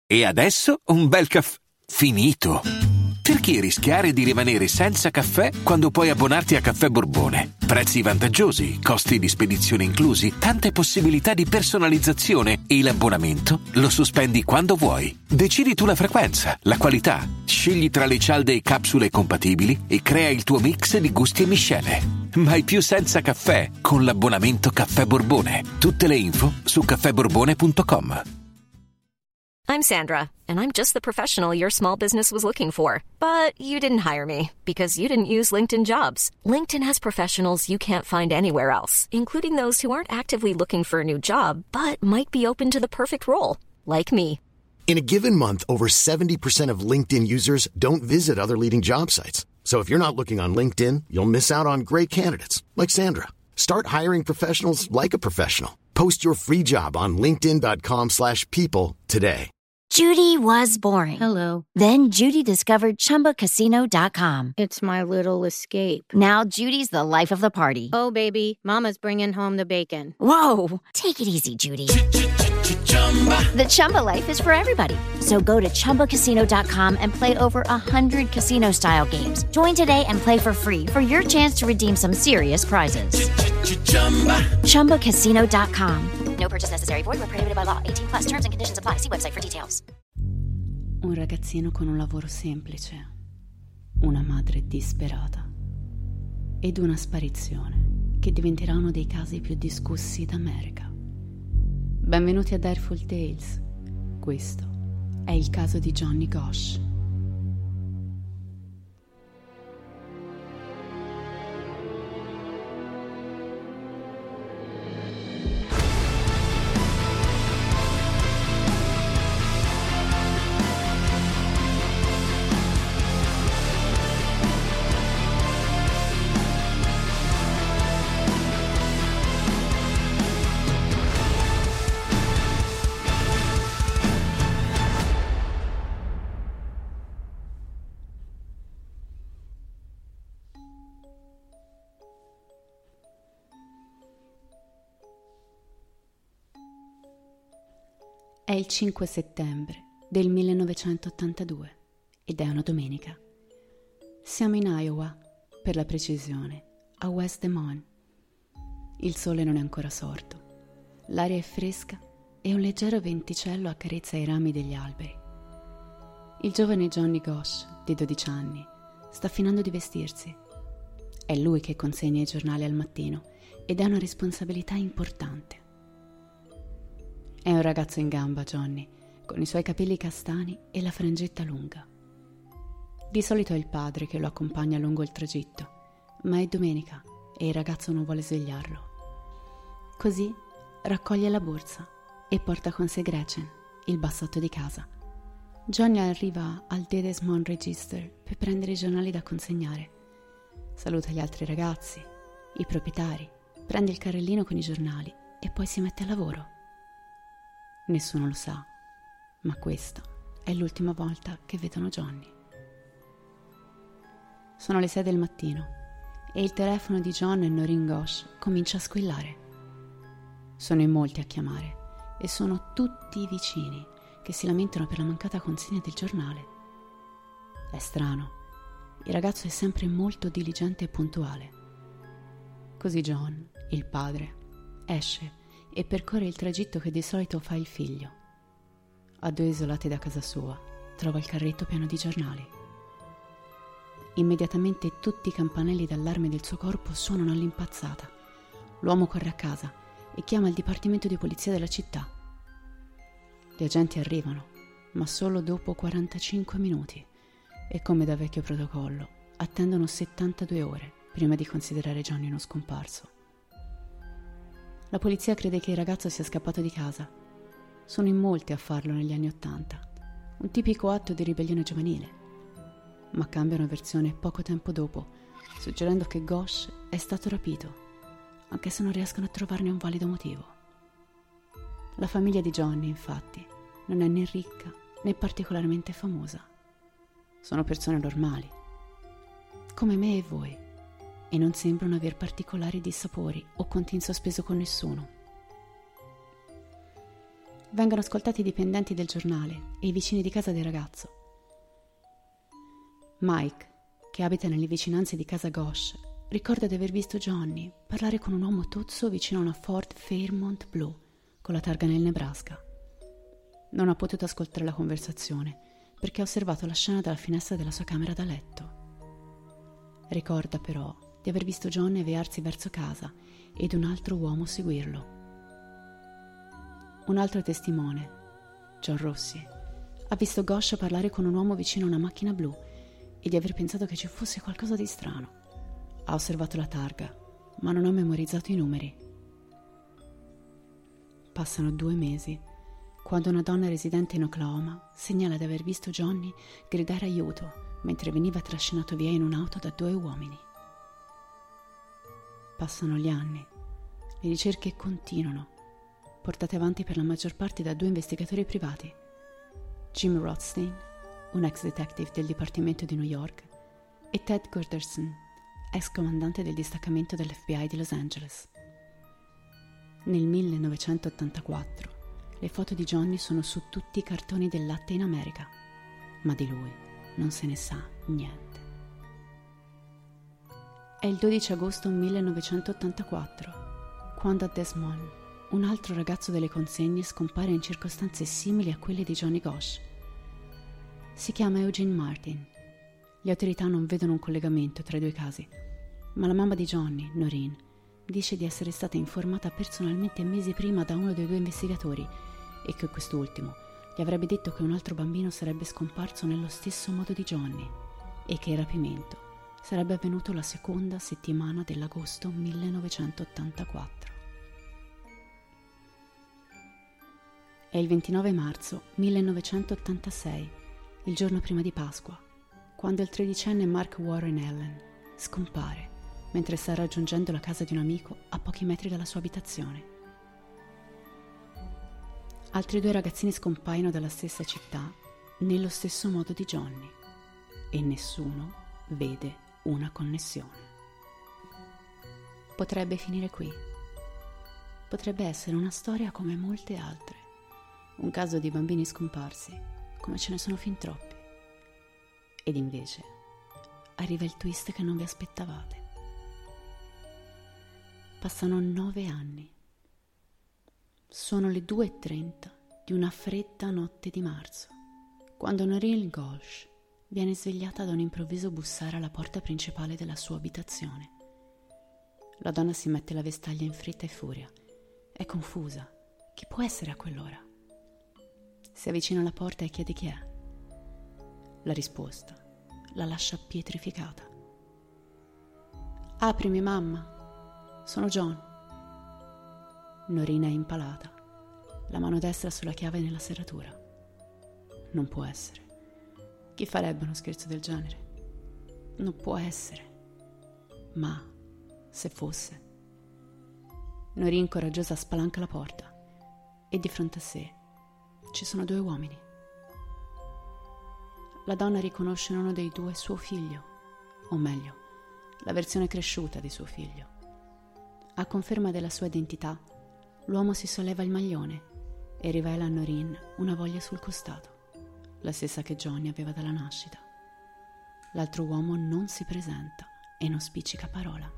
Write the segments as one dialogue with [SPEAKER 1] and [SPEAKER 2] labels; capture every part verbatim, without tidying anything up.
[SPEAKER 1] E adesso un bel caffè finito. Perché rischiare di rimanere senza caffè quando puoi abbonarti a Caffè Borbone? Prezzi vantaggiosi, costi di spedizione inclusi, tante possibilità di personalizzazione e l'abbonamento lo sospendi quando vuoi. Decidi tu la frequenza, la qualità, scegli tra le cialde e capsule compatibili e crea il tuo mix di gusti e miscele. Mai più senza caffè con l'abbonamento Caffè Borbone. Tutte le info su caffè borbone punto com.
[SPEAKER 2] I'm Sandra, and I'm just the professional your small business was looking for. But you didn't hire me because you didn't use LinkedIn Jobs. LinkedIn has professionals you can't find anywhere else, including those who aren't actively looking for a new job, but might be open to the perfect role, like me.
[SPEAKER 3] In a given month, over seventy percent of LinkedIn users don't visit other leading job sites. So if you're not looking on LinkedIn, you'll miss out on great candidates like Sandra. Start hiring professionals like a professional. Post your free job on linkedin dot com slash people today.
[SPEAKER 4] Judy was boring.
[SPEAKER 5] Hello.
[SPEAKER 4] Then Judy discovered chumba casino dot com.
[SPEAKER 5] It's my little escape.
[SPEAKER 4] Now Judy's the life of the party.
[SPEAKER 5] Oh, baby, mama's bringing home the bacon.
[SPEAKER 4] Whoa, take it easy, Judy. The Chumba life is for everybody. So go to chumba casino dot com and play over one hundred casino-style games. Join today and play for free for your chance to redeem some serious prizes. chumba casino dot com. No purchase necessary. Void where prohibited by law. eighteen plus terms and conditions apply. See website for details.
[SPEAKER 6] Un ragazzino con un lavoro semplice, una madre disperata ed una sparizione che diventerà uno dei casi più discussi d'America. Benvenuti a Direful Tales. Questo è il caso di Johnny Gosch. È il cinque settembre del millenovecentottantadue ed è una domenica. Siamo in Iowa, per la precisione, a West Des Moines. Il sole non è ancora sorto, l'aria è fresca e un leggero venticello accarezza i rami degli alberi. Il giovane Johnny Gosch, di dodici anni, sta finendo di vestirsi. È lui che consegna i giornali al mattino ed è una responsabilità importante. È un ragazzo in gamba, Johnny, con i suoi capelli castani e la frangetta lunga. Di solito è il padre che lo accompagna lungo il tragitto, ma è domenica e il ragazzo non vuole svegliarlo. Così raccoglie la borsa e porta con sé Gretchen, il bassotto di casa. Johnny arriva al The Des Moines Register per prendere i giornali da consegnare. Saluta gli altri ragazzi, i proprietari, prende il carrellino con i giornali e poi si mette a lavoro. Nessuno lo sa, ma questa è l'ultima volta che vedono Johnny. Sono le sei del mattino e il telefono di John e Noreen Gosch comincia a squillare. Sono in molti a chiamare e sono tutti i vicini che si lamentano per la mancata consegna del giornale. È strano, il ragazzo è sempre molto diligente e puntuale. Così John, il padre, esce e percorre il tragitto che di solito fa il figlio. A due isolati da casa sua, trova il carretto pieno di giornali. Immediatamente tutti i campanelli d'allarme del suo corpo suonano all'impazzata. L'uomo corre a casa e chiama il dipartimento di polizia della città. Gli agenti arrivano, ma solo dopo quarantacinque minuti e, come da vecchio protocollo, attendono settantadue ore prima di considerare Johnny uno scomparso. La polizia crede che il ragazzo sia scappato di casa. Sono in molti a farlo negli anni Ottanta, un tipico atto di ribellione giovanile. Ma cambiano versione poco tempo dopo, suggerendo che Gosch è stato rapito, anche se non riescono a trovarne un valido motivo. La famiglia di Johnny, infatti, non è né ricca né particolarmente famosa. Sono persone normali, come me e voi, e non sembrano aver particolari dissapori o conti in sospeso con nessuno. Vengono ascoltati i dipendenti del giornale e i vicini di casa del ragazzo. Mike, che abita nelle vicinanze di casa Ghosh, ricorda di aver visto Johnny parlare con un uomo tozzo vicino a una Ford Fairmont blu con la targa nel Nebraska. Non ha potuto ascoltare la conversazione perché ha osservato la scena dalla finestra della sua camera da letto. Ricorda però di aver visto Johnny avviarsi verso casa ed un altro uomo seguirlo. Un altro testimone, John Rossi, ha visto Ghosh parlare con un uomo vicino a una macchina blu e di aver pensato che ci fosse qualcosa di strano. Ha osservato la targa, ma non ha memorizzato i numeri. Passano due mesi, quando una donna residente in Oklahoma segnala di aver visto Johnny gridare aiuto mentre veniva trascinato via in un'auto da due uomini. Passano gli anni, le ricerche continuano, portate avanti per la maggior parte da due investigatori privati, Jim Rothstein, un ex detective del Dipartimento di New York, e Ted Gunderson, ex comandante del distaccamento dell'F B I di Los Angeles. Nel millenovecentottantaquattro le foto di Johnny sono su tutti i cartoni del latte in America, ma di lui non se ne sa niente. È il dodici agosto millenovecentottantaquattro, quando a Des Moines un altro ragazzo delle consegne scompare in circostanze simili a quelle di Johnny Ghosh. Si chiama Eugene Martin. Le autorità non vedono un collegamento tra i due casi, ma la mamma di Johnny, Noreen, dice di essere stata informata personalmente mesi prima da uno dei due investigatori e che quest'ultimo gli avrebbe detto che un altro bambino sarebbe scomparso nello stesso modo di Johnny e che il rapimento sarebbe avvenuto la seconda settimana dell'agosto millenovecentottantaquattro. È il ventinove marzo millenovecentottantasei, il giorno prima di Pasqua, quando il tredicenne Mark Warren Allen scompare mentre sta raggiungendo la casa di un amico a pochi metri dalla sua abitazione. Altri due ragazzini scompaiono dalla stessa città nello stesso modo di Johnny e nessuno vede una connessione. Potrebbe finire qui. Potrebbe essere una storia come molte altre, un caso di bambini scomparsi come ce ne sono fin troppi. Ed invece arriva il twist che non vi aspettavate. Passano nove anni. Sono le due e trenta di una fredda notte di marzo, quando Noreen Ghosh viene svegliata da un improvviso bussare alla porta principale della sua abitazione. La donna si mette la vestaglia in fretta e furia. È confusa. Chi può essere a quell'ora? Si avvicina alla porta e chiede chi è. La risposta la lascia pietrificata. Aprimi, mamma. Sono John. Noreen è impalata, la mano destra sulla chiave nella serratura. Non può essere. Chi farebbe uno scherzo del genere? Non può essere. Ma se fosse. Noreen coraggiosa spalanca la porta e di fronte a sé ci sono due uomini. La donna riconosce in uno dei due suo figlio, o meglio, la versione cresciuta di suo figlio. A conferma della sua identità, l'uomo si solleva il maglione e rivela a Noreen una voglia sul costato, la stessa che Johnny aveva dalla nascita. L'altro uomo non si presenta e non spiccica parola.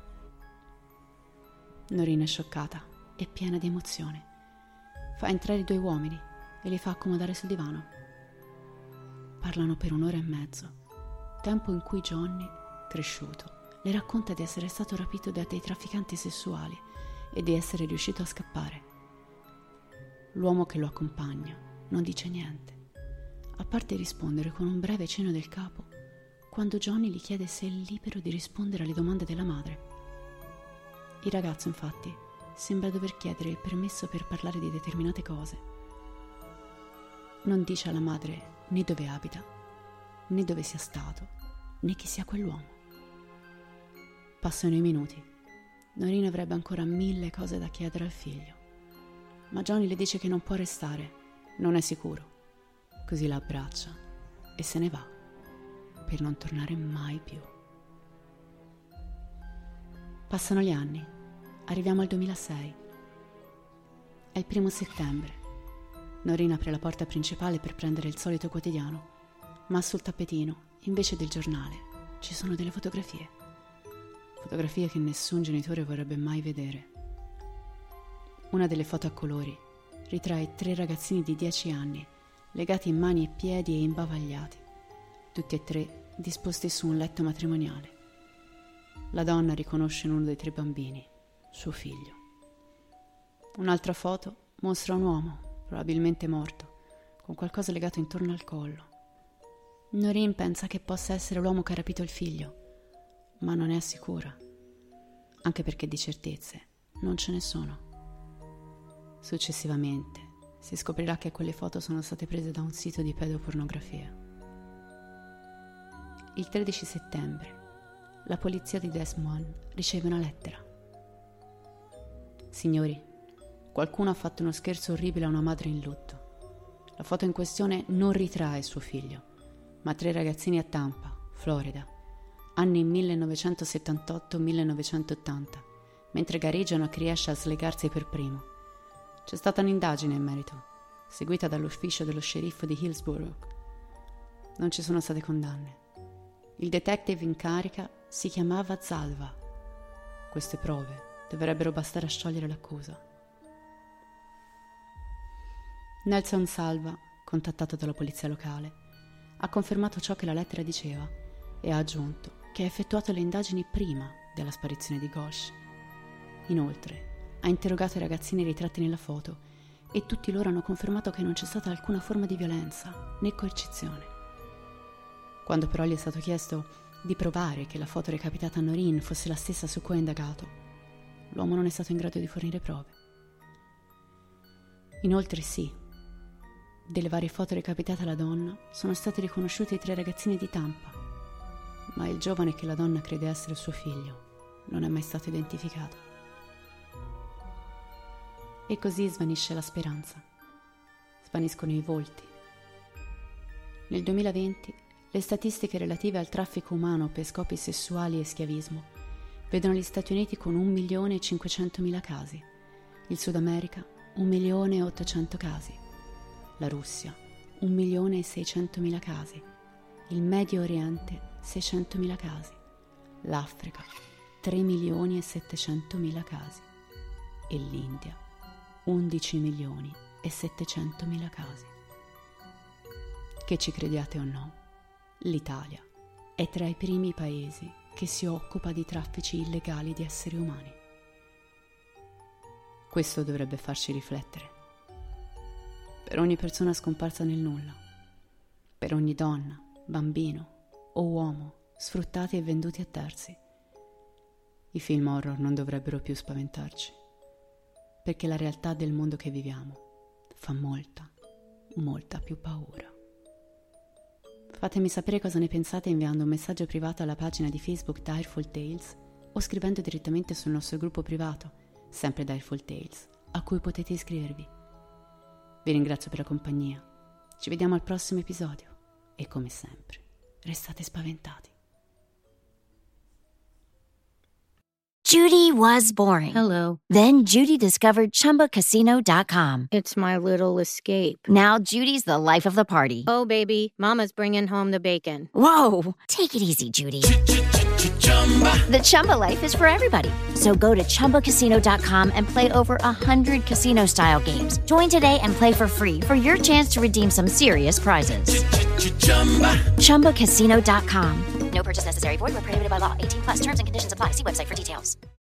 [SPEAKER 6] Noreen è scioccata e piena di emozione. Fa entrare i due uomini e li fa accomodare sul divano. Parlano per un'ora e mezzo, tempo in cui Johnny, cresciuto, le racconta di essere stato rapito da dei trafficanti sessuali e di essere riuscito a scappare. L'uomo che lo accompagna non dice niente, a parte rispondere con un breve cenno del capo quando Johnny gli chiede se è libero di rispondere alle domande della madre. Il ragazzo, infatti, sembra dover chiedere il permesso per parlare di determinate cose. Non dice alla madre né dove abita, né dove sia stato, né chi sia quell'uomo. Passano i minuti. Noreen avrebbe ancora mille cose da chiedere al figlio, ma Johnny le dice che non può restare, non è sicuro. Così la abbraccia e se ne va, per non tornare mai più. Passano gli anni, arriviamo al duemilasei. È il primo settembre Noreen apre la porta principale per prendere il solito quotidiano, ma sul tappetino, invece del giornale, ci sono delle fotografie. Fotografie che nessun genitore vorrebbe mai vedere. Una delle foto a colori ritrae tre ragazzini di dieci anni, legati in mani e piedi e imbavagliati, tutti e tre disposti su un letto matrimoniale. La donna riconosce in uno dei tre bambini suo figlio. Un'altra foto mostra un uomo, probabilmente morto, con qualcosa legato intorno al collo. Noreen pensa che possa essere l'uomo che ha rapito il figlio, ma non è sicura, anche perché di certezze non ce ne sono. Successivamente si scoprirà che quelle foto sono state prese da un sito di pedopornografia. Il tredici settembre la polizia di Des Moines riceve una lettera. Signori, qualcuno ha fatto uno scherzo orribile a una madre in lutto. La foto in questione non ritrae suo figlio, ma tre ragazzini a Tampa, Florida, anni millenovecentosettantotto millenovecentottanta, mentre gareggiano a chi riesce a slegarsi per primo. C'è stata un'indagine in merito, seguita dall'ufficio dello sceriffo di Hillsborough. Non ci sono state condanne. Il detective in carica si chiamava Zalva. Queste prove dovrebbero bastare a sciogliere l'accusa. Nelson Salva, contattato dalla polizia locale, ha confermato ciò che la lettera diceva e ha aggiunto che ha effettuato le indagini prima della sparizione di Ghosh. Inoltre, ha interrogato i ragazzini ritratti nella foto e tutti loro hanno confermato che non c'è stata alcuna forma di violenza né coercizione. Quando però gli è stato chiesto di provare che la foto recapitata a Noreen fosse la stessa su cui ha indagato, l'uomo non è stato in grado di fornire prove. Inoltre sì, delle varie foto recapitate alla donna sono stati riconosciuti i tre ragazzini di Tampa, ma il giovane che la donna crede essere suo figlio non è mai stato identificato. E così svanisce la speranza. Svaniscono i volti. Nel duemilaventi le statistiche relative al traffico umano per scopi sessuali e schiavismo vedono gli Stati Uniti con un milione e cinquecentomila casi, il Sud America un milione e ottocento casi, la Russia un milione e seicentomila casi, il Medio Oriente seicentomila casi, l'Africa tre milioni e settecentomila casi e l'India undici milioni e settecentomila casi. Che ci crediate o no, l'Italia è tra i primi paesi che si occupa di traffici illegali di esseri umani. Questo dovrebbe farci riflettere. Per ogni persona scomparsa nel nulla, per ogni donna, bambino o uomo sfruttati e venduti a terzi, i film horror non dovrebbero più spaventarci, perché la realtà del mondo che viviamo fa molta, molta più paura. Fatemi sapere cosa ne pensate inviando un messaggio privato alla pagina di Facebook Direful Tales o scrivendo direttamente sul nostro gruppo privato, sempre Direful Tales, a cui potete iscrivervi. Vi ringrazio per la compagnia. Ci vediamo al prossimo episodio e come sempre, restate spaventati.
[SPEAKER 4] Judy was boring.
[SPEAKER 5] Hello.
[SPEAKER 4] Then Judy discovered Chumba Casino dot com.
[SPEAKER 5] It's my little escape.
[SPEAKER 4] Now Judy's the life of the party.
[SPEAKER 5] Oh, baby, mama's bringing home the bacon.
[SPEAKER 4] Whoa, take it easy, Judy. The Chumba life is for everybody. So go to Chumba Casino dot com and play over one hundred casino-style games. Join today and play for free for your chance to redeem some serious prizes. Chumba Casino dot com. No purchase necessary. Void where prohibited by law. eighteen plus terms and conditions apply. See website for details.